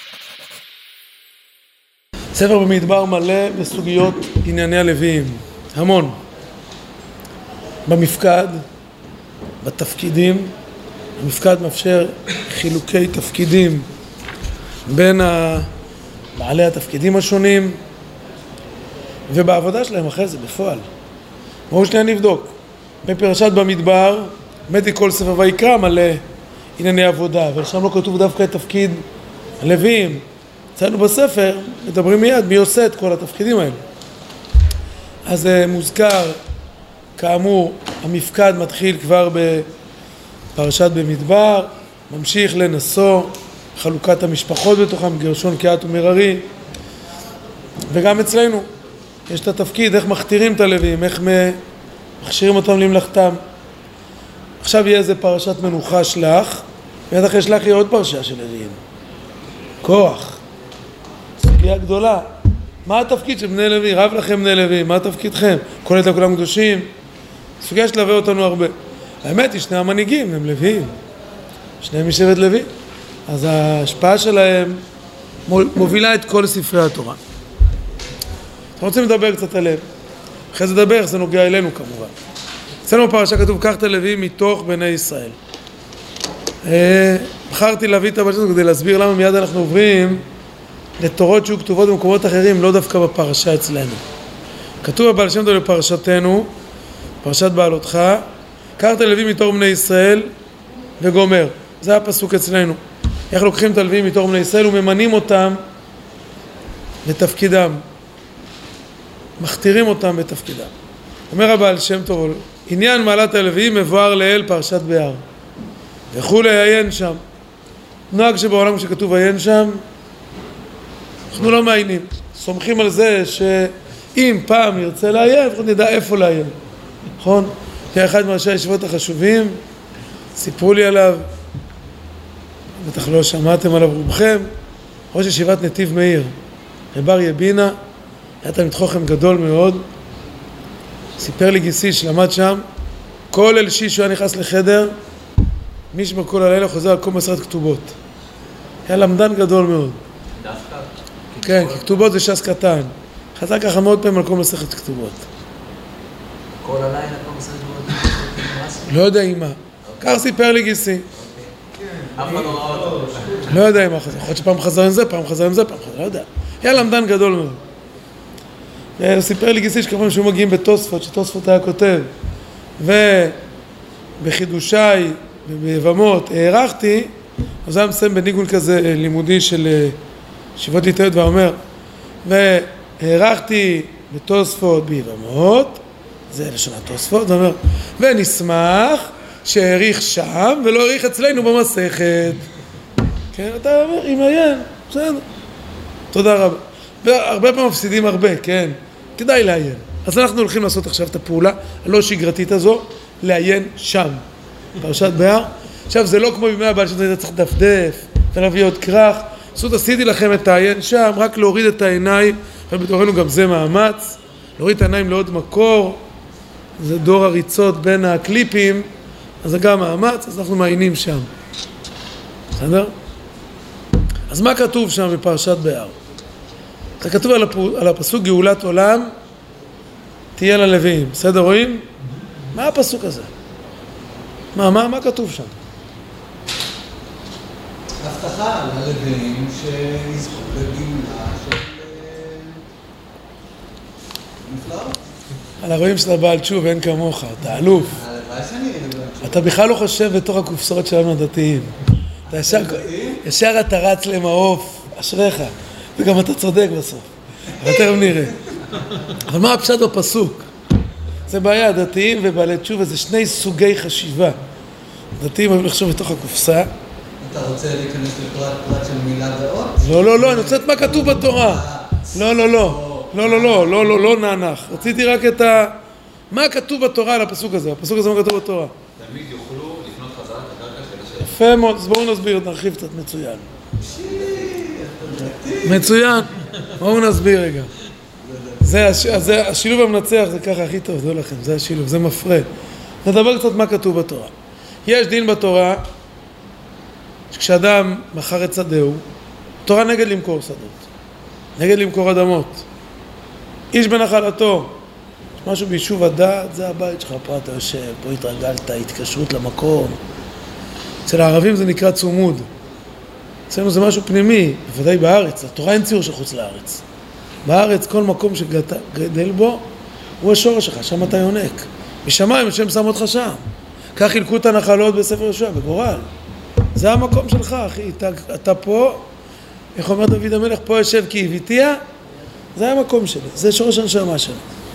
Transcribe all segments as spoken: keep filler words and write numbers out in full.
ספר במדבר מלא בסוגיות ענייני הלוויים, המון. במפקד, בתפקידים, המפקד מאפשר חילוקי תפקידים בין בעלי התפקידים השונים, ובעבודה שלהם אחרי זה בפועל. בואו שנייה נבדוק. בפרשת במדבר, מתי כל ספר ויקרא מלא ענייני עבודה, ושם לא כתוב דווקא את תפקיד הלוויים. אצלנו בספר מדברים מיד מי עושה את כל התפקידים האלה. אז מוזכר, כאמור, המפקד מתחיל כבר בפרשת במדבר, ממשיך לנשוא, חלוקת המשפחות בתוכם, גרשון, קהת ומררי, וגם אצלנו יש את התפקיד, איך מכתירים את הלוויים, איך מכשירים אותם למלאכתם. עכשיו יהיה איזה פרשת מנוחה שלח, מיד אחרי שלח יהיה עוד פרשה של לוויים. כוח, סוגיה גדולה. מה התפקיד של בני לוי? רב לכם בני לוי, מה תפקידכם? כל את כולם קדושים. סוגיה שתלווה אותנו הרבה. האמת היא, שני המנהיגים הם לוויים, שניהם משבט לוי, אז ההשפעה שלהם מובילה את כל ספרי התורה. אנחנו רוצים לדבר קצת עליהם, אחרי זה לדבר, זה נוגע אלינו כמובן. אצלנו בפרשה כתוב, קח את הלוויים מתוך בני ישראל. בחרתי להביא את הבעל שם טוב כדי להסביר למה מיד אנחנו עוברים לתורות שהיו כתובות במקומות אחרים, לא דווקא בפרשה אצלנו. כתוב הבעל שם טוב לפרשתנו, פרשת בעלותך, קח את הלוויים מתוך בני ישראל וגומר. זה הפסוק אצלנו. איך לוקחים את הלוויים מתוך בני ישראל וממנים אותם לתפקידם, מכתירים אותם בתפקידם. אומר הבעל שם טוב, עניין מעלת הלוויים מבואר לאל פרשת בהר, וכולי עיין שם. נוהג שבעולם שכתוב עיין שם, אנחנו לא מעיינים, סומכים על זה שאם פעם ירצה לעיין, אנחנו נדע איפה לעיין. נכון? היה אחד מראשי הישיבות החשובים, סיפרו לי עליו, בטח לא שמעתם עליו רובכם, ראש ישיבת נתיב מאיר, רבר יבינה, היה תלמיד חוכם גדול מאוד, סיפר לי גיסי שלמד שם, כל ליל שיש הוא היה נכנס לחדר, משמע כל הלילה חוזר על כל מסרת כתובות. היה למדן גדול מאוד. דווקא? כן, כי כתובות זה ש"ס קטן. חזר ככה מאוד פעמים על כל מסרת כתובות. כל הלילה כל מסרת כתובות? לא יודע עם מה. כך סיפר לי גיסי. אף אחד לא ראה אותו. לא יודע עם מה חזר. יכול להיות שפעם חזר עם זה, פעם חזר עם זה, פעם חזר, לא יודע. היה למדן גדול מאוד. הוא סיפר לי גיסי שכמובן שהוא מגיעים בתוספות, שתוספות היה כותב, ובחידושי וביבמות הערכתי, אז היה מסיים בניגון כזה לימודי של ישיבות ליטאיות ואומר, והערכתי בתוספות ביבמות, זה לשון התוספות, ואומר, ונשמח שהעריך שם ולא העריך אצלנו במסכת. כן, אתה אומר, אם עיין, בסדר. תודה רבה. והרבה פעמים מפסידים הרבה, כן. כדאי לעיין. אז אנחנו הולכים לעשות עכשיו את הפעולה הלא שגרתית הזו, לעיין שם. פרשת בהר. עכשיו זה לא כמו בימי הבעל שם, אתה צריך לדפדף, ולהביא עוד כרך. זאת עשיתי לכם את העיין שם, רק להוריד את העיניים, ובתוכנו גם זה מאמץ, להוריד את העיניים לעוד מקור, זה דור הריצות בין הקליפים, אז זה גם מאמץ, אז אנחנו מעיינים שם. בסדר? אז מה כתוב שם בפרשת בהר? זה כתוב על, הפו, על הפסוק גאולת עולם תהיה ללוויים. בסדר, רואים? מה הפסוק הזה? מה, מה, מה כתוב שם? הבטחה ללוויים שיזכו בגאולה של נפלאות. על הרואים שאתה בעל תשוב, אין כמוך, אתה אלוף. אתה בכלל לא חושב בתוך הקופסאות שלנו הדתיים. אתה ישר, ישר אתה רץ למעוף, אשריך. וגם אתה צודק בסוף, אבל תכף נראה. אבל מה הפשט בפסוק? זה בעיה, דתיים ובעלי תשובה, זה שני סוגי חשיבה. דתיים אוהבים לחשוב בתוך הקופסה. אתה רוצה להיכנס לפרט פרט של מילה ועוד? לא, לא, לא, אני רוצה את מה כתוב בתורה. לא, לא, לא, לא, לא, לא, לא, לא, לא נענך. רציתי רק את ה... מה כתוב בתורה על הפסוק הזה? הפסוק הזה מה כתוב בתורה? תמיד יוכלו לפנות חזרה את הקרקע של השם. יפה מאוד, אז בואו נסביר, נרחיב קצת, מצוין. מצוין, בואו נסביר רגע. זה, הש... זה השילוב המנצח, זה ככה הכי טוב, זה לכם, זה השילוב, זה מפרה. נדבר קצת מה כתוב בתורה. יש דין בתורה, שכשאדם מכר את שדהו, התורה נגד למכור שדות, נגד למכור אדמות. איש בנחלתו, יש משהו ביישוב הדעת, זה הבית שלך, פה אתה יושב, פה התרגלת, התקשרות למקום. אצל הערבים זה נקרא צומוד. אצלנו זה משהו פנימי, בוודאי בארץ, התורה אין ציור של חוץ לארץ. בארץ כל מקום שגדל בו הוא השורש שלך, שם אתה יונק. משמיים השם שם אותך שם. כך חילקו את הנחלות בספר יהושע, בגורל. זה המקום שלך, אחי, אתה, אתה פה, איך אומר דוד המלך, פה יושב כי הביתיה, זה המקום שלי, זה שורש הנשמה שלי.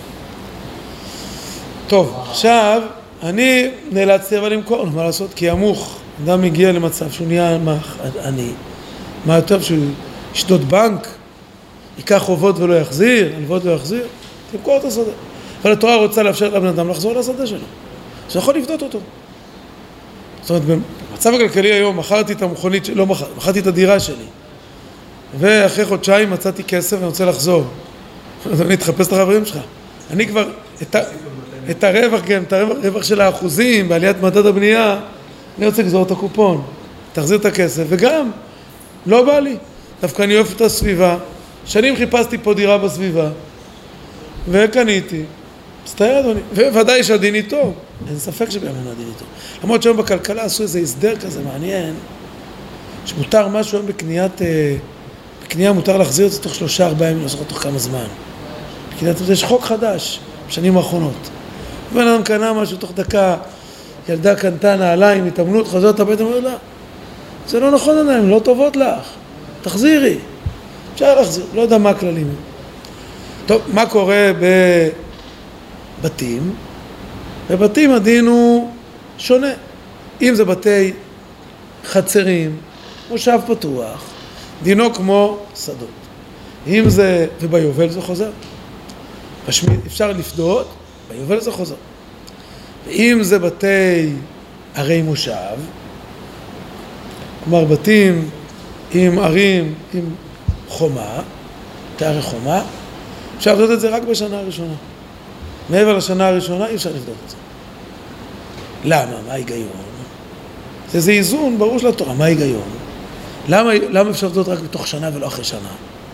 טוב, עכשיו, אני נאלצתי אבל למכור, מה לעשות? כי המוך, אדם מגיע למצב שהוא נהיה עני. מה יותר שהוא ישדוד בנק, ייקח חובות ולא יחזיר, הלוות לא יחזיר, תמכור את השדה. אבל התורה רוצה לאפשר לבן אדם לחזור לשדה שלו. זה יכול לפדות אותו. זאת אומרת, במצב הכלכלי היום, מכרתי את המכונית, לא מכרתי, מכרתי את הדירה שלי. ואחרי חודשיים מצאתי כסף ואני רוצה לחזור. אז אני אתחפש את החברים שלך. אני כבר, את, ה, את הרווח, כן, את הרווח של האחוזים, בעליית מדד הבנייה, אני רוצה לגזור את הקופון, תחזיר את הכסף, וגם, לא בא לי. דווקא אני אוהב את הסביבה, שנים חיפשתי פה דירה בסביבה, וקניתי, מצטער אדוני, וודאי שהדין איתו, אין ספק שבימינו הדין איתו. למרות שהיום בכלכלה עשו איזה הסדר כזה מעניין, שמותר משהו היום בקניית, בקנייה מותר להחזיר את זה תוך שלושה ארבעה ימים, לא זוכר תוך כמה זמן. בקניית, יש חוק חדש, בשנים האחרונות. בן אדם קנה משהו תוך דקה, ילדה קנתה נעליים, התאמנות, חזרת הביתה, אומר לה, זה לא נכון עדיין, הן לא טובות לך, תחזירי. אפשר להחזיר, לא יודע מה הכללים. טוב, מה קורה בבתים? בבתים הדין הוא שונה. אם זה בתי חצרים, מושב פתוח, דינו כמו שדות. אם זה, וביובל זה חוזר. בשמיד אפשר לפדות, ביובל זה חוזר. ואם זה בתי ערי מושב, כלומר בתים עם ערים, עם חומה, תארי חומה, אפשר לבדות את זה רק בשנה הראשונה. מעבר לשנה הראשונה אי אפשר לבדות את זה. למה? מה ההיגיון? זה זה איזון ברור של התורה, מה ההיגיון? למה, למה אפשר לבדות רק בתוך שנה ולא אחרי שנה?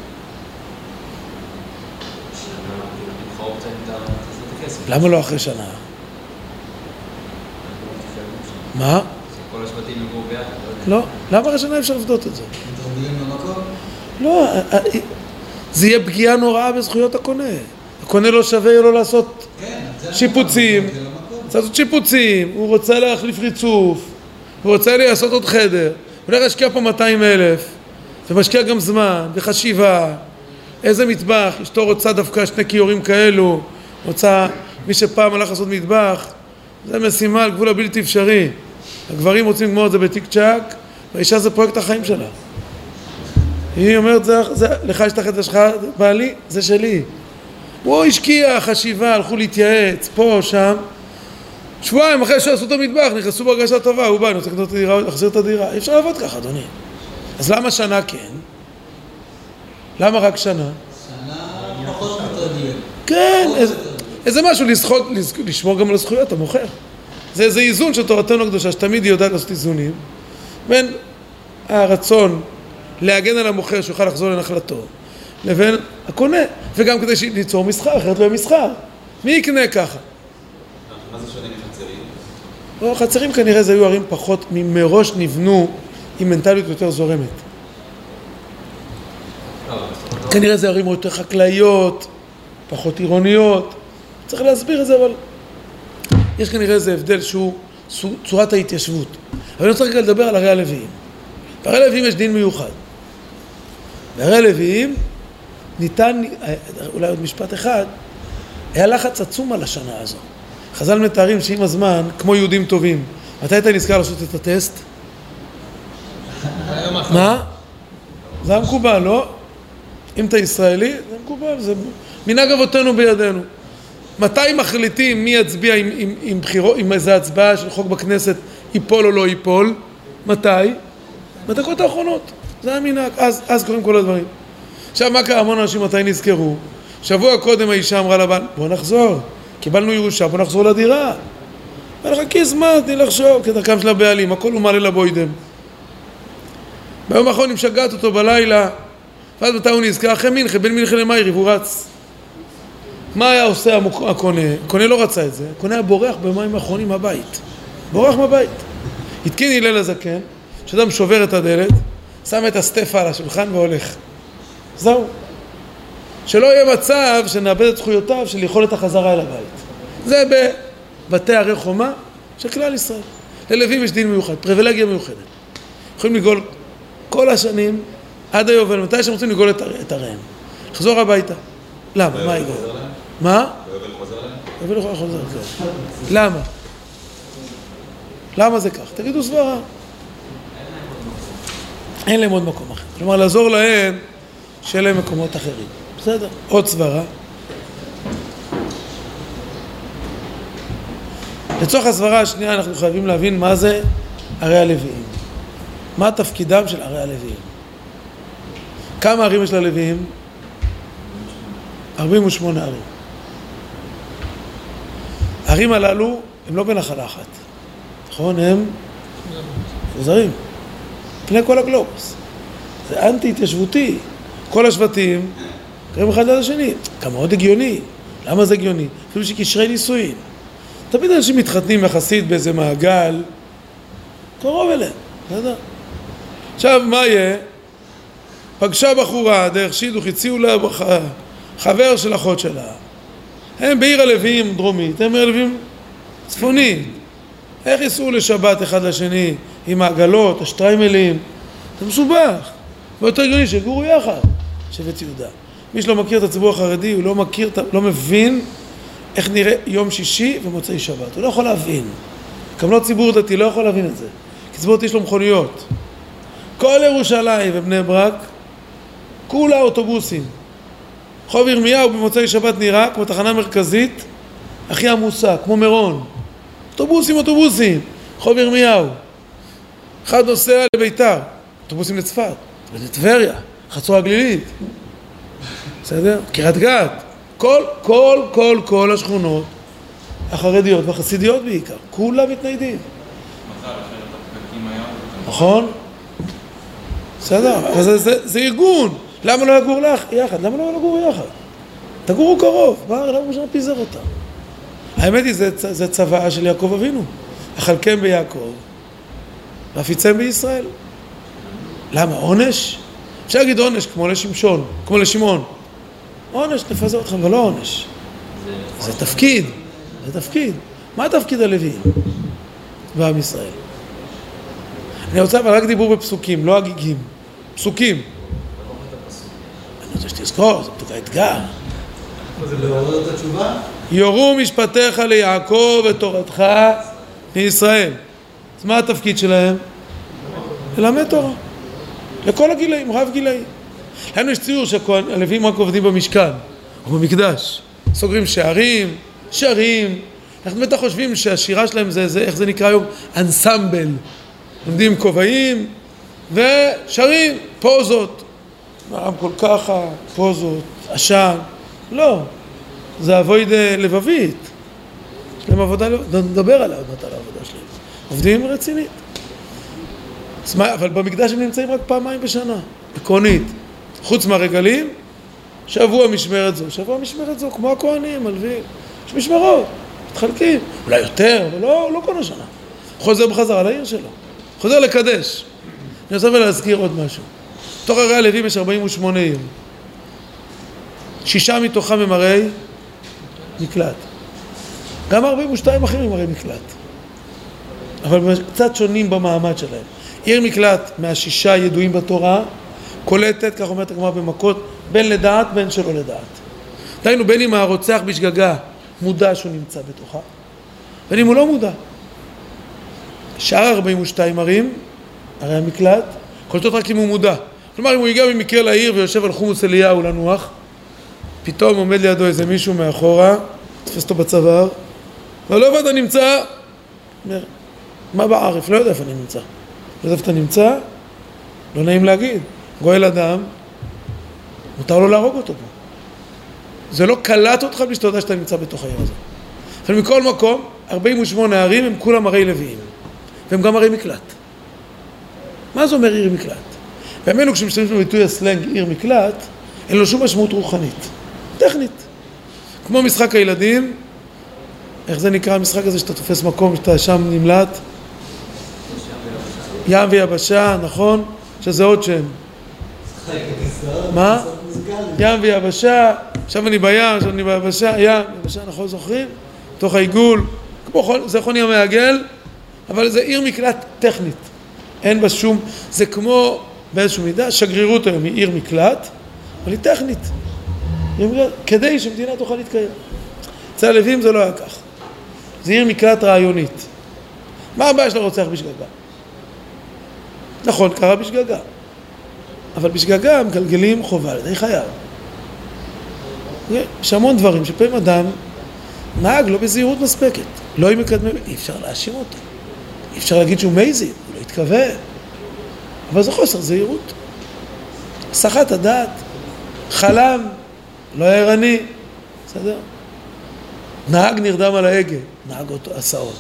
למה לא אחרי שנה? מה? כל השבטים יגעו ביחד. לא, למה אחרי שנה אפשר לבדות את זה? מתרגלים במקום? לא, זה יהיה פגיעה נוראה בזכויות הקונה. הקונה לא שווה לו לעשות שיפוצים, צריך לעשות שיפוצים, הוא רוצה להחליף ריצוף, הוא רוצה לעשות עוד חדר, הוא הולך להשקיע פה מאתיים אלף, ומשקיע גם זמן, וחשיבה, איזה מטבח, אשתו רוצה דווקא שני כיורים כאלו, רוצה מי שפעם הלך לעשות מטבח, זה משימה על גבול הבלתי אפשרי. הגברים רוצים לגמור את זה בטיק צ'ק, והאישה זה פרויקט החיים שלה. היא אומרת, זה, זה, לך יש את החדר שלך, בעלי, זה שלי. הוא השקיע חשיבה, הלכו להתייעץ, פה, שם. שבועיים אחרי שעשו את המטבח, נכנסו בהרגשה טובה, הוא בא, אני רוצה לקנות את הדירה, להחזיר את הדירה. אי אפשר לעבוד ככה, אדוני. אז למה שנה כן? למה רק שנה? שנה פחות מתרגלים. כן, איזה, איזה משהו לזכות, לשמור גם על הזכויות, המוכר. זה איזה איזון של תורתנו הקדושה, שתמיד היא יודעת לעשות איזונים, בין הרצון להגן על המוכר שיוכל לחזור לנחלתו, לבין הקונה, וגם כדי ליצור מסחר, אחרת לא יהיה מסחר. מי יקנה ככה? מה זה שונה מחצרים? לא, חצרים כנראה זה היו ערים פחות, מראש נבנו עם מנטליות יותר זורמת. כנראה זה ערים יותר חקלאיות, פחות עירוניות, צריך להסביר את זה, אבל יש כנראה איזה הבדל שהוא צורת ההתיישבות. אבל אני רוצה רגע לדבר על ערי הלוויים. בערי הלוויים יש דין מיוחד. בערי הלוויים ניתן, אולי עוד משפט אחד, היה לחץ עצום על השנה הזו. חז"ל מתארים שעם הזמן, כמו יהודים טובים, מתי אתה נזכר לעשות את הטסט? מה? זה המקובל, לא? אם אתה ישראלי, זה מקובל, זה מנהג אבותינו בידינו. מתי מחליטים מי יצביע עם, עם, עם בחירות, עם איזו הצבעה של חוק בכנסת, ייפול או לא ייפול? מתי? בדקות האחרונות. זה המנהג, אז, אז קוראים כל הדברים. עכשיו, מה קרה? המון אנשים מתי נזכרו? שבוע קודם האישה אמרה לבן, בוא נחזור, קיבלנו ירושה, בוא נחזור לדירה. ולחכי זמן, תני לחשוב, כדרכם של הבעלים, הכל הוא מעלה לבוידם. ביום האחרון היא משגעת אותו בלילה, ואז מתי הוא נזכר? אחרי מנחה, בין מנחה למאיריב, הוא רץ. מה היה עושה הקונה? הקונה לא רצה את זה, הקונה היה בורח במים האחרונים מהבית. בורח מהבית. התקין הלל הזקן, שאדם שובר את הדלת, שם את הסטפה על השולחן והולך. זהו. שלא יהיה מצב שנאבד את זכויותיו של יכולת את החזרה אל הבית. זה בבתי הרי חומה של כלל ישראל. ללווים יש דין מיוחד, פריבילגיה מיוחדת. יכולים לגול כל השנים עד היובל, מתי שהם רוצים לגול את הריהם. לחזור הביתה. למה? מה יגול? מה? היובל חוזר להם? היובל חוזר, כן. למה? למה זה כך? תגידו סברה. אין להם עוד מקום אחר. כלומר, לעזור להם שיהיה להם מקומות אחרים. בסדר? עוד סברה. לצורך הסברה השנייה אנחנו חייבים להבין מה זה ערי הלוויים. מה תפקידם של ערי הלוויים? כמה ערים יש ללוויים? ארבעים ושמונה ערים. הערים הללו הם לא בנחלה אחת. נכון? הם מפוזרים. פני כל הגלובוס. זה אנטי התיישבותי. כל השבטים קוראים אחד ליד השני. כמה עוד הגיוני. למה זה הגיוני? אפילו שקשרי נישואין. תמיד אנשים מתחתנים יחסית באיזה מעגל קרוב אליהם. בסדר? עכשיו מה יהיה? פגשה בחורה דרך שידוך, הציעו לה חבר של אחות שלה. הם בעיר הלוויים דרומית, הם בעיר הלוויים צפונית. איך ייסעו לשבת אחד לשני עם העגלות, השטריימלים? זה מסובך. ויותר הגיוני שגורו יחד, שבט יהודה. מי שלא מכיר את הציבור החרדי, הוא לא מכיר, לא מבין איך נראה יום שישי ומוצאי שבת. הוא לא יכול להבין. גם לא ציבור דתי, לא יכול להבין את זה. כי ציבור דתי יש לו מכוניות. כל ירושלים ובני ברק, כולה אוטובוסים. רחוב ירמיהו במוצאי שבת נראה כמו תחנה מרכזית הכי עמוסה, כמו מירון. אוטובוסים, אוטובוסים. רחוב ירמיהו. אחד נוסע לביתר, אוטובוסים לצפת, לטבריה, חצור הגלילית. בסדר? קריית גת. כל, כל, כל, כל השכונות החרדיות והחסידיות בעיקר, כולם מתניידים. נכון? בסדר, אבל זה, זה, זה ארגון. למה לא יגור לך יחד? למה לא יגור יחד? תגורו קרוב. מה, למה משנה פיזר אותה? האמת היא, זה, זה צוואה של יעקב אבינו. אכלכם ביעקב ואפיצם בישראל. למה? עונש? אפשר להגיד עונש כמו לשמשון, כמו לשמעון. עונש, נפזר אתכם, אבל לא עונש. זה תפקיד. זה תפקיד. מה התפקיד הלוי בעם ישראל? אני רוצה, אבל רק דיבור בפסוקים, לא הגיגים. פסוקים. אני רוצה שתזכור, זה בדיוק האתגר. זה להוריד את התשובה? יורו משפטיך ליעקב ותורתך לישראל. אז מה התפקיד שלהם? ללמד תורה. לכל הגילאים, רב גילאים. לנו יש ציור שהלווים רק עובדים במשכן או במקדש. סוגרים שערים, שרים. אנחנו בטח חושבים שהשירה שלהם זה, זה, איך זה נקרא היום? אנסמבל. עומדים כובעים ושרים, פוזות. רמקול ככה, פוזות, עשן. לא. זה עבוד לבבית. יש להם עבודה, נדבר עליה עוד מעט על העבודה שלהם. עובדים רצינית. אבל במקדש הם נמצאים רק פעמיים בשנה, עקרונית. חוץ מהרגלים, שבוע משמרת זו, שבוע משמרת זו, כמו הכהנים, מלווים. יש משמרות, מתחלקים. אולי יותר, אבל לא, לא כל השנה. חוזר בחזרה לעיר שלו. חוזר לקדש. אני רוצה להזכיר עוד משהו. תוך ערי הלווים יש ארבעים ושמונה עיר. שישה מתוכם הם ערי מקלט. גם ארבעים ושתיים אחרים הם ערי מקלט. אבל קצת שונים במעמד שלהם. עיר מקלט מהשישה ידועים בתורה, קולטת, כך אומרת הגמרא במכות, בין לדעת בין שלא לדעת. דהיינו, בין אם הרוצח בשגגה מודע שהוא נמצא בתוכה, בין אם הוא לא מודע. שאר ארבעים ושתיים ערים, ערי המקלט, קולטות רק אם הוא מודע. כלומר, אם הוא ייגע במקרה לעיר ויושב על חומוס אליהו לנוח, פתאום עומד לידו איזה מישהו מאחורה, תפס אותו בצוואר, אבל לא יודע נמצא, אומר, מה בערף? לא יודע איפה אני נמצא. לא יודע איפה אתה נמצא, לא נעים להגיד. גואל אדם, מותר לו להרוג אותו פה. זה לא קלט אותך בלי שאתה יודע שאתה נמצא בתוך העיר הזה. אבל מכל מקום, ארבעים ושמונה ערים הם כולם ערי לוויים. והם גם ערי מקלט. מה זה אומר עיר מקלט? בימינו כשמשתמשים בביטוי הסלנג עיר מקלט, אין לו שום משמעות רוחנית, טכנית. כמו משחק הילדים, איך זה נקרא המשחק הזה שאתה תופס מקום, שאתה שם נמלט? ים ויבשה, נכון? שזה עוד שם. מה? ים ויבשה, עכשיו אני בים, עכשיו אני ביבשה, ים, יבשה, נכון זוכרים? תוך העיגול, זה חוני המעגל, אבל זה עיר מקלט טכנית. אין בה שום, זה כמו באיזשהו מידה, שגרירות היום היא עיר מקלט, אבל היא טכנית. כדי שמדינה תוכל להתקיים. אצל הלווים זה לא היה כך. זה עיר מקלט רעיונית. מה הבעיה של הרוצח בשגגה? נכון, קרה בשגגה. אבל בשגגה מגלגלים חובה לידי חייו. יש המון דברים שפעמים אדם נהג לא בזהירות מספקת. לא עם מקדמי, אי אפשר להאשים אותו. אי אפשר להגיד שהוא מייזי, הוא לא התכוון. אבל זה חוסר זהירות. סחט הדעת, חלם, לא ערני, בסדר? נהג נרדם על ההגה, נהג אותו הסעות.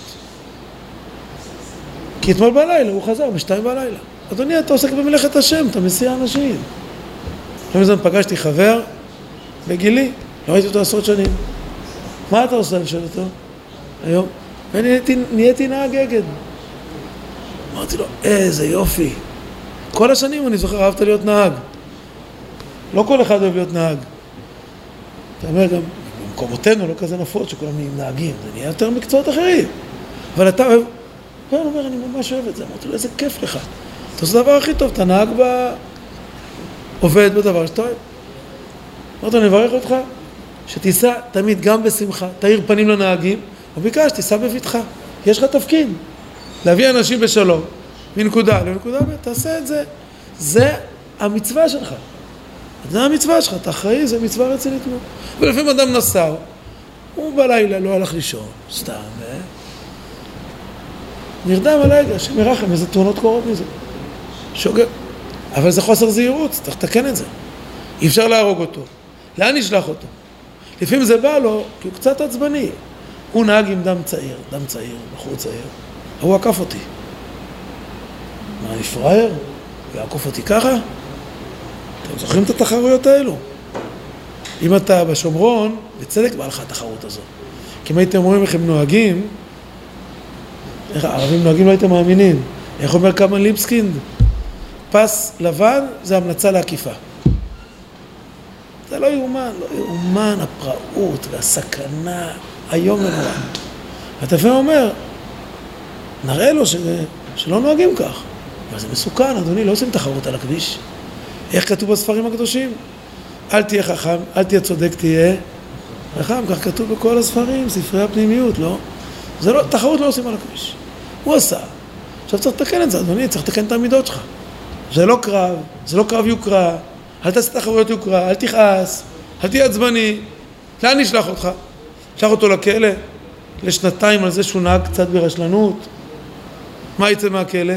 כי אתמול בלילה הוא חזר, בשתיים בלילה. אדוני, אתה עוסק במלאכת השם, אתה מסיע אנשים. לא מזמן פגשתי חבר בגילי, לא ראיתי אותו עשרות שנים. מה אתה עושה? אני שואל אותו היום. ונהייתי נהג אגד. אמרתי לו, איזה יופי. כל השנים אני זוכר, אהבת להיות נהג. לא כל אחד אוהב להיות נהג. אתה אומר גם, במקומותינו לא כזה נפות שכולם נהיים נהגים, זה נהיה יותר מקצועות אחרים. אבל אתה אוהב, ואני אומר, אני ממש אוהב את זה. אמרתי לו, איזה כיף לך. אתה עושה דבר הכי טוב, אתה נהג ב... עובד בדבר שאתה אוהב. אמרתי לו, אני אברך אותך, שתיסע תמיד גם בשמחה, תאיר פנים לנהגים, וביקש, תיסע בביתך. יש לך תפקיד. להביא אנשים בשלום, מנקודה לנקודה, תעשה את זה. זה המצווה שלך. זה המצווה שלך, אתה אחראי, זה מצווה רצינית מאוד. ולפעמים אדם נסע, הוא בלילה לא הלך לישון, סתם, אה? נרדם על הרגע, שמרחם, איזה תאונות קורות מזה. שוגר. אבל זה חוסר זהירות, צריך לתקן את זה. אי אפשר להרוג אותו. לאן נשלח אותו? לפעמים זה בא לו, כי הוא קצת עצבני. הוא נהג עם דם צעיר, דם צעיר, בחור צעיר. הוא עקף אותי. מה, אני פראייר? הוא יעקוף אותי ככה? אתם זוכרים את התחרויות האלו? אם אתה בשומרון, בצדק בא לך התחרות הזו. כי אם הייתם אומרים איך הם נוהגים, איך הערבים נוהגים לא הייתם מאמינים. איך אומר קלמן ליבסקינד? פס לבן זה המלצה לעקיפה. זה לא יאומן, לא יאומן הפראות והסכנה היום ונורא. ואתה לפעמים אומר, נראה לו ש... שלא נוהגים כך. אבל זה מסוכן, אדוני, לא עושים תחרות על הכביש. איך כתוב בספרים הקדושים? אל תהיה חכם, אל תהיה צודק, תהיה חכם. כך כתוב בכל הספרים, ספרי הפנימיות, לא? זה לא, תחרות לא עושים על הכביש. הוא עשה. עכשיו צריך לתקן את זה, אדוני, צריך לתקן את העמידות שלך. זה לא קרב, זה לא קרב יוקרה, אל תעשה תחרויות יוקרה, אל תכעס, אל תהיה עצבני. לאן נשלח אותך? נשלח אותו לכלא, לשנתיים על זה שהוא נהג קצת ברשלנות. מה יצא מהכלא?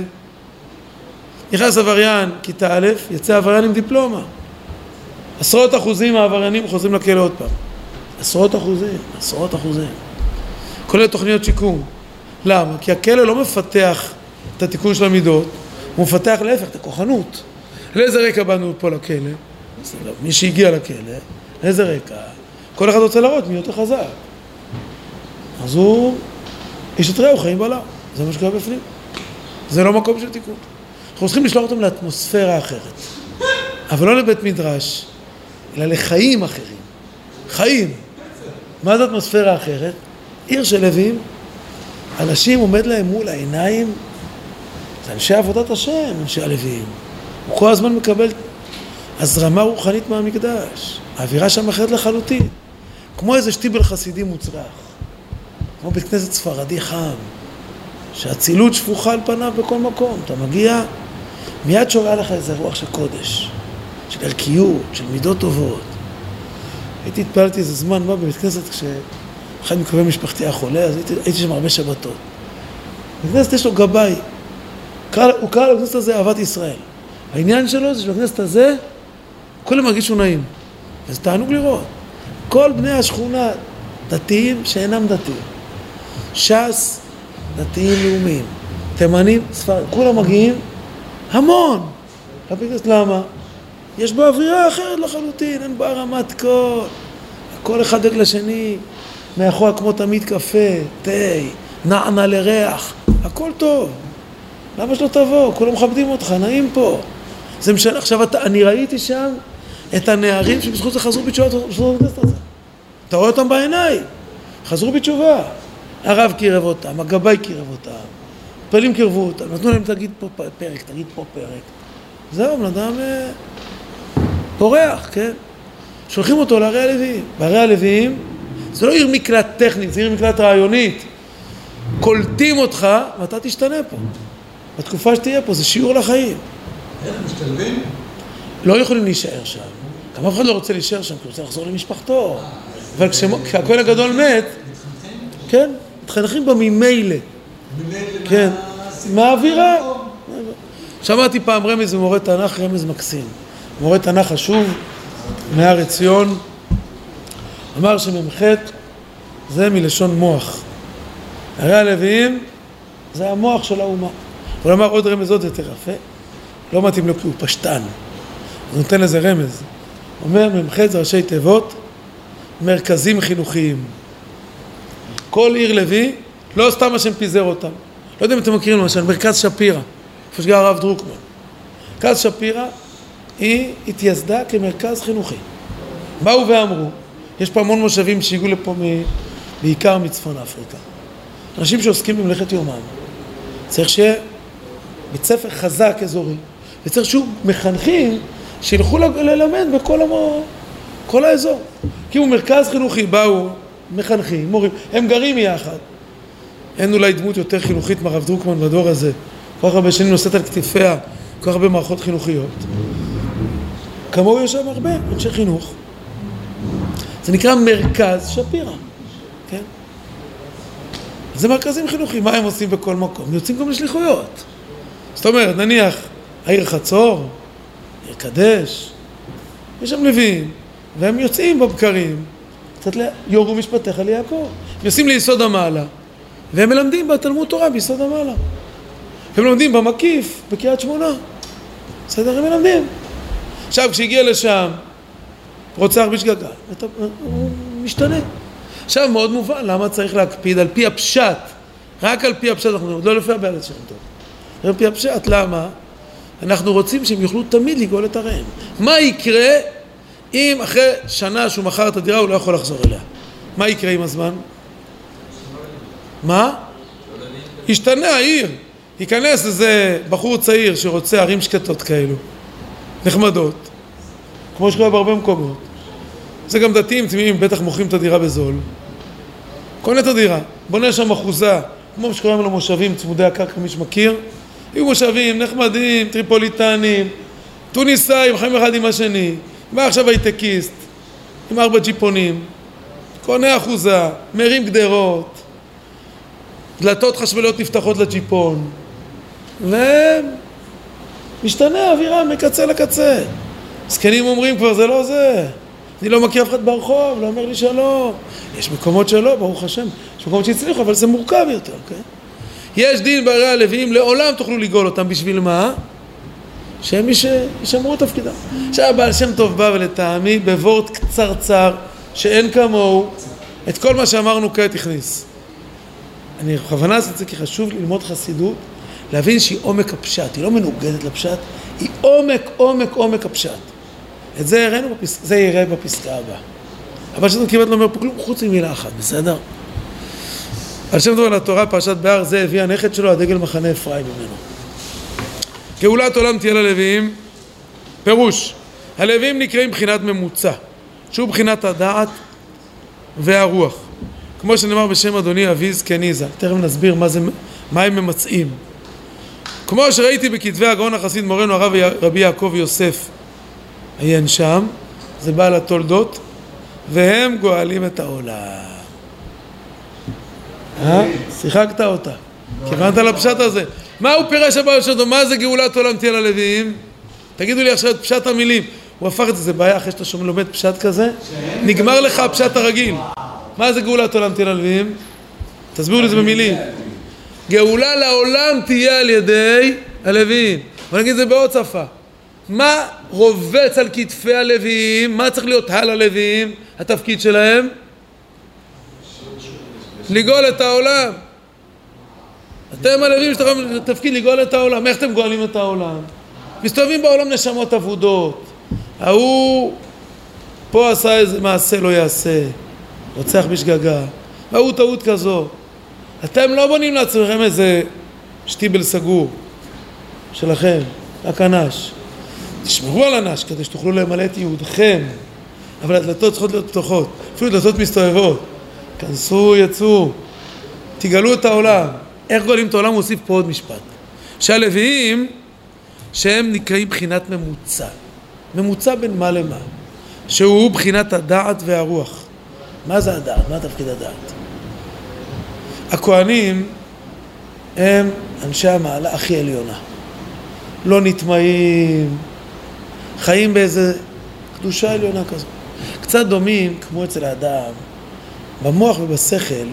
נכנס עבריין, כיתה א', יצא עבריין עם דיפלומה. עשרות אחוזים מהעבריינים חוזרים לכלא עוד פעם. עשרות אחוזים, עשרות אחוזים. כולל תוכניות שיקום. למה? כי הכלא לא מפתח את התיקון של המידות, הוא מפתח להפך את הכוחנות. לאיזה רקע באנו פה לכלא? מי שהגיע לכלא, לאיזה רקע? כל אחד רוצה לראות מי יותר חזק. אז הוא, איש את רעהו חיים בעולם. זה מה שקורה בפנים. זה לא מקום של תיקון. אנחנו צריכים לשלוח אותם לאטמוספירה אחרת. אבל לא לבית מדרש, אלא לחיים אחרים. חיים. מה זה אטמוספירה אחרת? עיר של לווים, אנשים עומד להם מול העיניים, זה אנשי עבודת השם, אנשי הלווים. הוא כל הזמן מקבל הזרמה רוחנית מהמקדש. האווירה שם אחרת לחלוטין. כמו איזה שטיבל חסידי מוצלח. כמו בית כנסת ספרדי חם. שהצילות שפוכה על פניו בכל מקום. אתה מגיע, מיד שורה לך איזה רוח של קודש. של ערכיות, של מידות טובות. הייתי התפעלתי איזה זמן מה בבית כנסת כשאחד מקרובי משפחתי החולה, אז הייתי, הייתי שם הרבה שבתות. בבית כנסת יש לו גבאי. הוא קרא לבכנסת הזה אהבת ישראל. העניין שלו זה שבכנסת הזה כולם מרגישו נעים. וזה תענוג לראות. כל בני השכונה דתיים שאינם דתיים. ש"ס, דתיים לאומיים. תימנים, ספרדים, כולם מגיעים המון. בית כנסת למה? יש בו אווירה אחרת לחלוטין, אין בה רמת קול, הכל אחד דק לשני, מאחורה כמו תמיד קפה, תה, נענה לריח, הכל טוב. למה שלא תבוא? כולם מכבדים אותך, נעים פה. זה משנה, עכשיו אתה, אני ראיתי שם את הנערים שבזכות זה חזרו בתשובה, אתה רואה אותם בעיניים, חזרו בתשובה. הרב קירב אותם, הגבאי קירב אותם, פלים קירבו אותם, נתנו להם תגיד פה פרק, תגיד פה פרק. זהו, בנאדם פורח, כן? שולחים אותו לערי הלוויים. בערי הלוויים זה לא עיר מקלט טכנית, זה עיר מקלט רעיונית. קולטים אותך ואתה תשתנה פה. בתקופה שתהיה פה, זה שיעור לחיים. איך משתלבים? לא יכולים להישאר שם. גם אף אחד לא רוצה להישאר שם, כי הוא רוצה לחזור למשפחתו. אבל כשהכהן הגדול מת, כן, מתחנכים בה ממילא. כן, מהאווירה. שמעתי פעם רמז ומורה תנ"ך, רמז מקסים. מורה תנ"ך חשוב, מהר עציון, אמר שממחת זה מלשון מוח. הרי הלוויים זה המוח של האומה. הוא אמר עוד רמז עוד יותר יפה, לא מתאים לו כי הוא פשטן. הוא נותן לזה רמז. אומר ממחת זה ראשי תיבות, מרכזים חינוכיים. כל עיר לוי, לא סתם השם פיזר אותם. לא יודע אם אתם מכירים למשל, מרכז שפירא, איפה שגר הרב דרוקמן. מרכז שפירא היא התייסדה כמרכז חינוכי. באו ואמרו, יש פה המון מושבים שהגיעו לפה מ... בעיקר מצפון אפריקה. אנשים שעוסקים במלאכת יומם. צריך שיהיה בית ספר חזק אזורי, וצריך שהוא מחנכים שילכו ללמד בכל המו... כל האזור. כי הוא מרכז חינוכי, באו מחנכים, מורים, הם גרים יחד. אין אולי דמות יותר חינוכית מהרב דרוקמן בדור הזה. כל כך הרבה שנים נושאת על כתפיה, כל כך הרבה מערכות חינוכיות. כמוהו יש שם הרבה, אנשי חינוך. זה נקרא מרכז שפירא, כן? זה מרכזים חינוכיים, מה הם עושים בכל מקום? הם יוצאים גם לשליחויות. זאת אומרת, נניח, העיר חצור, עיר קדש, יש שם לוויים, והם יוצאים בבקרים, קצת ליורו משפטיך ליעקב. הם יוצאים ליסוד המעלה, והם מלמדים בתלמוד תורה ביסוד המעלה. הם לומדים במקיף, בקריית שמונה. בסדר, הם מלמדים. עכשיו, כשהגיע לשם, רוצח בשגגה, הוא משתנה. עכשיו, מאוד מובן, למה צריך להקפיד על פי הפשט? רק על פי הפשט, אנחנו אומרים, לא לפי הבעלת שם טוב. על פי הפשט, למה? אנחנו רוצים שהם יוכלו תמיד לגאול את הרעים. מה יקרה אם אחרי שנה שהוא מכר את הדירה, הוא לא יכול לחזור אליה? מה יקרה עם הזמן? מה? ישתנה העיר. ייכנס איזה בחור צעיר שרוצה ערים שקטות כאלו, נחמדות, כמו שקורה בהרבה מקומות. זה גם דתיים, תמימים, בטח מוכרים את הדירה בזול. קונה את הדירה, בונה שם אחוזה, כמו שקוראים לו מושבים, צמודי הקרקע, מי שמכיר. היו מושבים נחמדים, טריפוליטנים, טוניסאים, חיים אחד עם השני. בא עכשיו הייטקיסט, עם ארבע ג'יפונים, קונה אחוזה, מרים גדרות, דלתות חשמליות נפתחות לג'יפון, ומשתנה האווירה מקצה לקצה. זקנים אומרים כבר, זה לא זה. אני לא מכיר אף אחד ברחוב, לא אומר לי שלום. יש מקומות שלא, ברוך השם. יש מקומות שהצליחו, אבל זה מורכב יותר, כן? יש דין בערי הלוויים, לעולם תוכלו לגאול אותם. בשביל מה? שהם ישמרו את תפקידם. עכשיו בעל שם טוב בא ולטעמי, בוורט קצרצר, שאין כמוהו, את כל מה שאמרנו כעת הכניס. אני בכוונה עשיתי את זה כי חשוב ללמוד חסידות, להבין שהיא עומק הפשט, היא לא מנוגדת לפשט, היא עומק, עומק, עומק הפשט. את זה יראינו בפסק, זה יראה בפסקה הבאה. אבל שאתם כמעט לא אומר פה כלום, חוץ ממילה אחת, בסדר? על שם טוב על התורה, פרשת בהר, זה הביא הנכד שלו, הדגל מחנה אפרים ממנו. גאולת עולם תהיה ללוויים, פירוש, הלוויים נקראים בחינת ממוצע, שהוא בחינת הדעת והרוח. כמו שנאמר בשם אדוני אבי זקניזה, תכף נסביר מה, זה, מה הם ממצאים. כמו שראיתי בכתבי הגאון החסיד מורנו הרב רבי יעקב יוסף, עיין שם, זה בעל התולדות, והם גואלים את העולם. אה? שיחקת אותה. כיוונת לפשט הזה. מה הוא פירש הבעל שלו? מה זה גאולת עולם תהיה ללוויים? תגידו לי עכשיו את פשט המילים. הוא הפך את זה, זה בעיה אחרי שאתה שומע לומד פשט כזה, נגמר לך הפשט הרגיל. מה זה גאולת עולם תהיה ללוויים? תסבירו לי זה במילים. גאולה לעולם תהיה על ידי הלוויים. אבל נגיד זה בעוד שפה. מה רובץ על כתפי הלוויים? מה צריך להיות הלאה לוויים? התפקיד שלהם? לגאול את העולם. אתם הלוויים יש לכם תפקיד לגאול את העולם. איך אתם גואלים את העולם? מסתובבים בעולם נשמות עבודות. ההוא פה עשה איזה מעשה לא יעשה, רוצח בשגגה, והוא טעות כזו. אתם לא בונים לעצמכם איזה שטיבל סגור שלכם, רק הנש. תשמרו על הנש כדי שתוכלו למלא את יהודכם, אבל הדלתות צריכות להיות פתוחות, אפילו דלתות מסתובבות. כנסו, יצאו, תגלו את העולם. איך גואלים את העולם? הוא הוסיף פה עוד משפט. שהלוויים שהם נקראים בחינת ממוצע. ממוצע בין מה למה? שהוא בחינת הדעת והרוח. מה זה הדעת? מה תפקיד הדעת? הכהנים הם אנשי המעלה הכי עליונה. לא נטמעים, חיים באיזה קדושה עליונה כזו. קצת דומים, כמו אצל האדם, במוח ובשכל,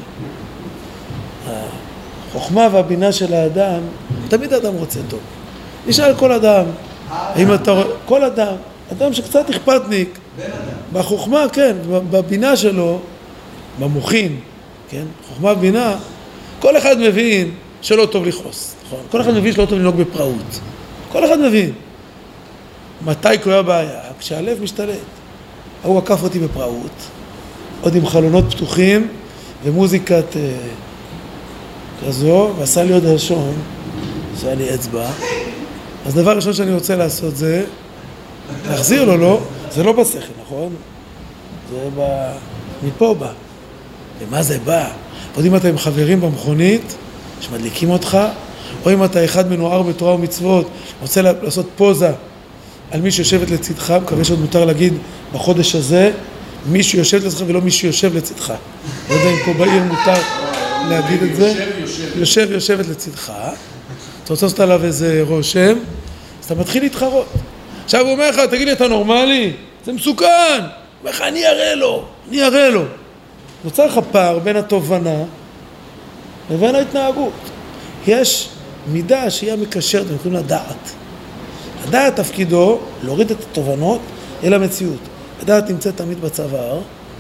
החוכמה והבינה של האדם, תמיד האדם רוצה טוב. נשאל כל אדם, אם אתה רואה, כל אדם, אדם שקצת אכפתניק, בחוכמה, כן, בבינה שלו, במוחין, כן, חוכמה ובינה, כל אחד מבין שלא טוב לכעוס, נכון? כל אחד מבין שלא טוב לנהוג בפראות. כל אחד מבין. מתי קורה בעיה? כשהלב משתלט. הוא עקף אותי בפראות, עוד עם חלונות פתוחים ומוזיקת אה, כזו, ועשה לי עוד הלשון, עשה לי אצבע. אז דבר ראשון שאני רוצה לעשות זה להחזיר לו, לא, זה לא בשכל, נכון? זה בא, מפה בא. ומה זה בא? עוד אם אתה עם חברים במכונית שמדליקים אותך, או אם אתה אחד מנוער בתורה ומצוות, רוצה לעשות פוזה על מי שיושבת לצדך, מקווה שעוד מותר להגיד בחודש הזה, מי שיושבת לצדך ולא מי שיושב לצדך. לא יודע אם פה בעיר מותר להגיד את זה. יושב יושבת לצדך, אתה רוצה לעשות עליו איזה רושם, אז אתה מתחיל להתחרות. עכשיו הוא אומר לך, תגיד לי, אתה נורמלי? זה מסוכן. הוא אומר לך, אני אראה לו, אני אראה לו. נוצר לך פער בין התובנה לבין ההתנהגות. יש מידה שהיא המקשרת, אנחנו קוראים לה דעת. הדעת תפקידו להוריד את התובנות אל המציאות. הדעת נמצאת תמיד בצוואר,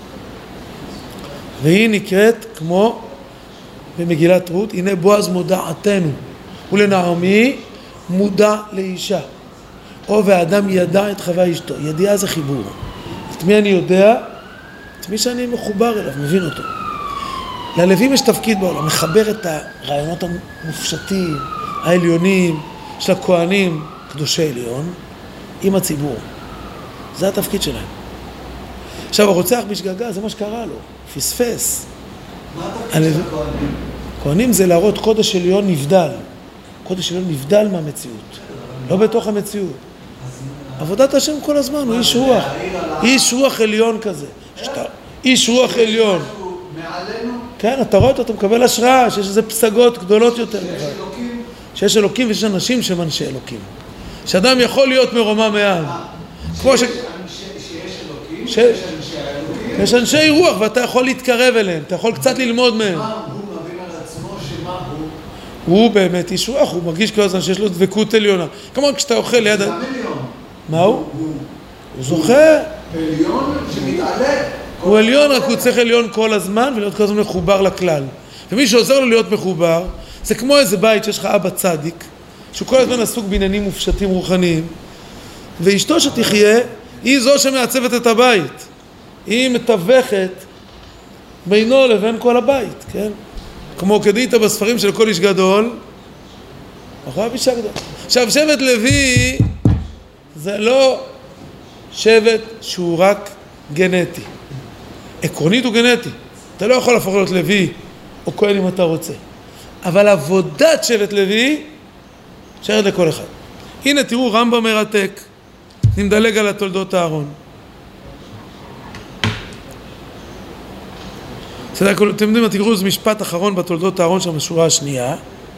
והיא נקראת כמו במגילת רות, הנה בועז מודעתנו, ולנעמי מודע לאישה. או והאדם ידע את חווה אשתו. ידיעה זה חיבור. את מי אני יודע? את מי שאני מחובר אליו, מבין אותו. ללווים יש תפקיד בעולם, מחבר את הרעיונות המופשטים, העליונים, של הכהנים, קדושי עליון, עם הציבור. זה התפקיד שלהם. עכשיו, הרוצח בשגגה, זה מה שקרה לו. פספס. מה התפקיד של הכהנים? כהנים זה להראות קודש עליון נבדל. קודש עליון נבדל מהמציאות. לא בתוך המציאות. עבודת השם כל הזמן, הוא איש רוח. איש רוח עליון כזה. איש רוח עליון. מעלינו? כן, אתה רואה אותו, אתה מקבל השראה, שיש איזה פסגות גדולות יותר. שיש אלוקים? שיש אלוקים ויש אנשים שהם אנשי אלוקים. שאדם יכול להיות מרומם מעם. כמו ש... שיש אלוקים? ש... יש אנשי האלוקים? יש אנשי רוח ואתה יכול להתקרב אליהם, אתה יכול קצת ללמוד מהם. מה הוא מבין על עצמו שמה הוא? הוא באמת איש רוח, הוא מרגיש כל הזמן שיש לו דבקות עליונה. כמובן כשאתה אוכל ליד... זה המיליון. מה הוא? הוא הוא זוכה. עליון שמתעלה. הוא עליון, רק הוא צריך עליון כל הזמן ולהיות כל הזמן מחובר לכלל. ומי שעוזר לו להיות מחובר, זה כמו איזה בית שיש לך אבא צדיק, שהוא כל הזמן עסוק בעניינים מופשטים רוחניים, ואשתו שתחיה, היא זו שמעצבת את הבית. היא מתווכת בינו לבין כל הבית, כן? כמו כדאית בספרים של כל איש גדול, אחרי אישה גדול. עכשיו, שבט לוי זה לא שבט שהוא רק גנטי. עקרונית הוא גנטי. אתה לא יכול להפוך להיות לוי או כהן אם אתה רוצה. אבל עבודת שבט לוי שייכת לכל אחד. הנה תראו רמב"ם מרתק. אני מדלג על התולדות הארון. אתם יודעים, תראו איזה משפט אחרון בתולדות הארון שם בשורה השנייה.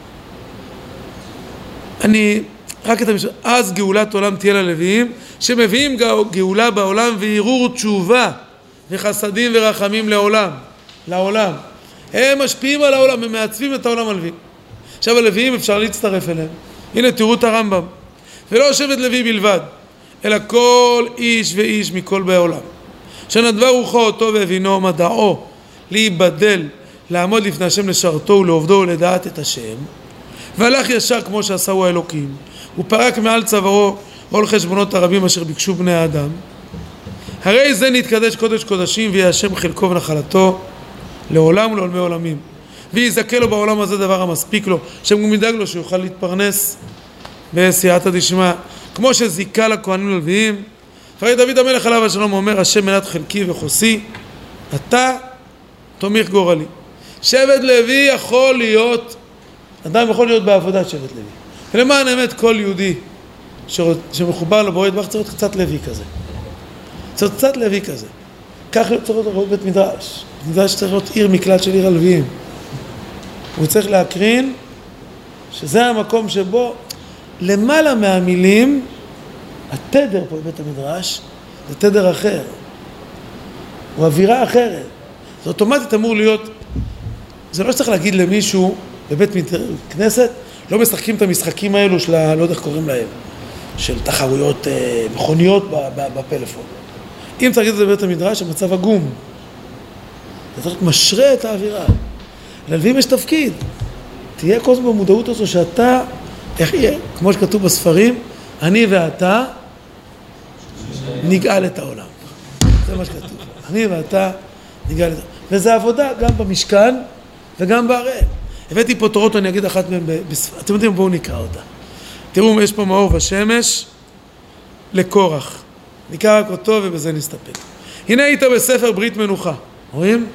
אני, רק את המשפט, אז גאולת עולם תהיה ללוויים, שמביאים גאולה בעולם וערעור תשובה וחסדים ורחמים לעולם, לעולם. הם משפיעים על העולם, הם מעצבים את העולם הלווים. עכשיו הלוויים אפשר להצטרף אליהם. הנה תראו את הרמב"ם. ולא שבט לוי בלבד, אלא כל איש ואיש מכל באי עולם. שנדבה רוחו אותו והבינו מדעו להיבדל, לעמוד לפני השם לשרתו ולעובדו ולדעת את השם, והלך ישר כמו שעשהו האלוקים, ופרק מעל צווארו עול חשבונות הרבים אשר ביקשו בני האדם. הרי זה נתקדש קודש קודשים ויהיה השם חלקו ונחלתו לעולם ולעולמי עולמים, ויזכה לו בעולם הזה דבר המספיק לו, שם גם ידאג לו שיוכל להתפרנס בסייעתא דשמיא, כמו שזיכה לכהנים וללוויים. אחרי דוד המלך עליו השלום אומר, השם מנת חלקי וחוסי, אתה תומך גורלי. שבט לוי יכול להיות, אדם יכול להיות בעבודת שבט לוי. ולמען האמת כל יהודי שמחובר לבורא יתברך צריך להיות קצת לוי כזה. צריך קצת לוי כזה. כך צריך להיות בית מדרש. בית מדרש צריך להיות עיר מקלט של עיר הלוויים. הוא צריך להקרין שזה המקום שבו למעלה מהמילים, התדר פה בבית המדרש זה תדר אחר. הוא אווירה אחרת. זה אוטומטית אמור להיות, זה לא שצריך להגיד למישהו בבית כנסת, לא משחקים את המשחקים האלו של, לא יודע איך קוראים להם, של תחרויות אה, מכוניות בפלאפון. אם צריך להגיד את זה בבית המדרש, המצב עגום. זה צריך משרה את האווירה. ללווים יש תפקיד. תהיה כל הזמן במודעות הזו שאתה, איך יהיה? כמו שכתוב בספרים, אני ואתה נגאל את העולם. זה מה שכתוב. אני ואתה נגאל את העולם. וזה עבודה גם במשכן וגם בהראל. הבאתי פה תורות, אני אגיד אחת מהן בספר. אתם יודעים, בואו נקרא אותה. תראו, יש פה מאור בשמש לקורח. נקרא רק אותו ובזה נסתפק. הנה היית בספר ברית מנוחה. רואים?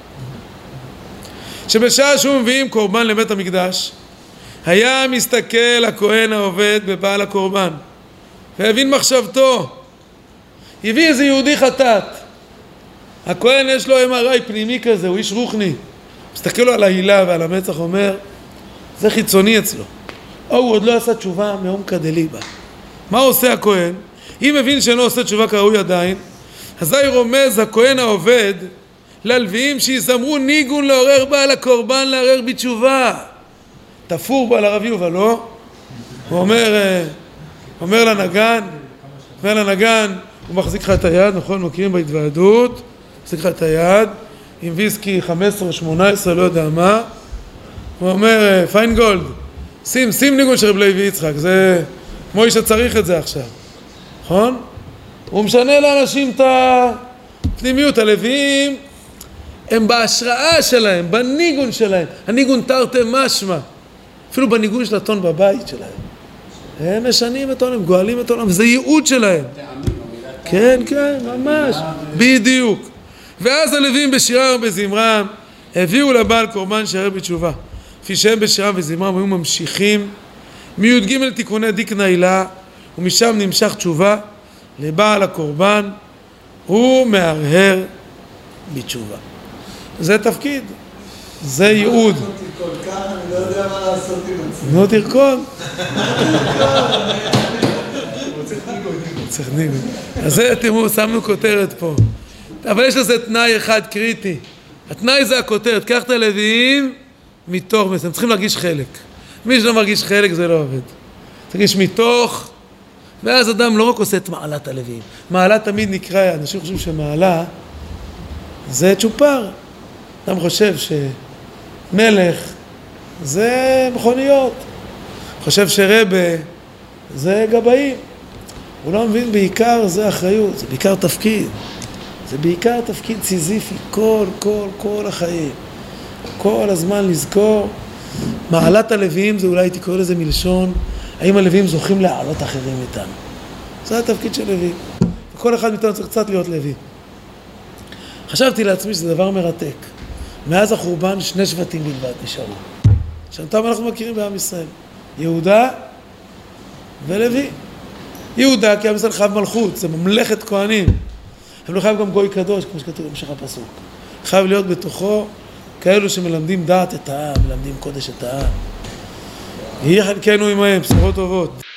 שבשעה שהוא מביאים קורבן לבית המקדש, היה מסתכל הכהן העובד בבעל הקורבן, והבין מחשבתו. הביא איזה יהודי חטאת. הכהן יש לו אם אר איי פנימי כזה, הוא איש רוחני. מסתכל לו על ההילה ועל המצח, אומר, זה חיצוני אצלו. או הוא עוד לא עשה תשובה מעומקא דליבא. מה עושה הכהן? אם מבין שאינו עושה תשובה כראוי עדיין, אזי רומז הכהן העובד ללוויים שיזמרו ניגון לעורר בעל הקורבן לערער בתשובה. תפור בעל הרב יובל, לא? הוא אומר, אומר לנגן, אומר לנגן, הוא מחזיק לך את היד, נכון? מכירים בהתוועדות, מחזיק לך את היד, עם ויסקי חמש עשרה שמונה עשרה, לא יודע מה. הוא אומר, פיינגולד, שים, שים ניגון של רב לוי יצחק, זה כמו איש שצריך את זה עכשיו, נכון? הוא משנה לאנשים את הפנימיות, הלוויים, הם בהשראה שלהם, בניגון שלהם, הניגון תרתי משמע, אפילו בניגון של הטון בבית שלהם. הם משנים את עולם, גואלים את עולם, זה ייעוד שלהם. כן, כן, ממש, בדיוק. ואז הלוויים בשירם ובזמרם הביאו לבעל קורבן שערער בתשובה. כפי שהם בשירם ובזמרם היו ממשיכים מי"ג תיקוני דיקנה הילה, ומשם נמשך תשובה לבעל הקורבן, הוא מהרהר בתשובה. זה תפקיד, זה ייעוד. כל כך, אני לא יודע מה לעשות עם עצמי. נו, תרקוד. צריך ניגון. אז זה, תראו, שמנו כותרת פה. אבל יש לזה תנאי אחד קריטי. התנאי זה הכותרת. קח את הלוויים מתוך, הם צריכים להרגיש חלק. מי שלא מרגיש חלק זה לא עובד. תרגיש מתוך, ואז אדם לא רק עושה את מעלת הלוויים. מעלה תמיד נקרא, אנשים חושבים שמעלה זה צ'ופר. אדם חושב שמלך זה מכוניות. חושב שרבה זה גבאים. הוא לא מבין, בעיקר זה אחריות, זה בעיקר תפקיד. זה בעיקר תפקיד סיזיפי, כל, כל, כל החיים. כל הזמן לזכור. מעלת הלוויים זה אולי הייתי קורא לזה מלשון, האם הלוויים זוכים להעלות אחרים איתנו. זה התפקיד של לוי. וכל אחד מאיתנו צריך קצת להיות לוי. חשבתי לעצמי שזה דבר מרתק. מאז החורבן שני שבטים בלבד נשארו. שאותם אנחנו מכירים בעם ישראל. יהודה ולוי. יהודה כי עם ישראל חייב מלכות, זה ממלכת כהנים. אבל הוא חייב גם גוי קדוש, כמו שכתוב במשך הפסוק. חייב להיות בתוכו כאלו שמלמדים דעת את העם, מלמדים קודש את העם. יהיה חלקנו עמהם, בשורות טובות.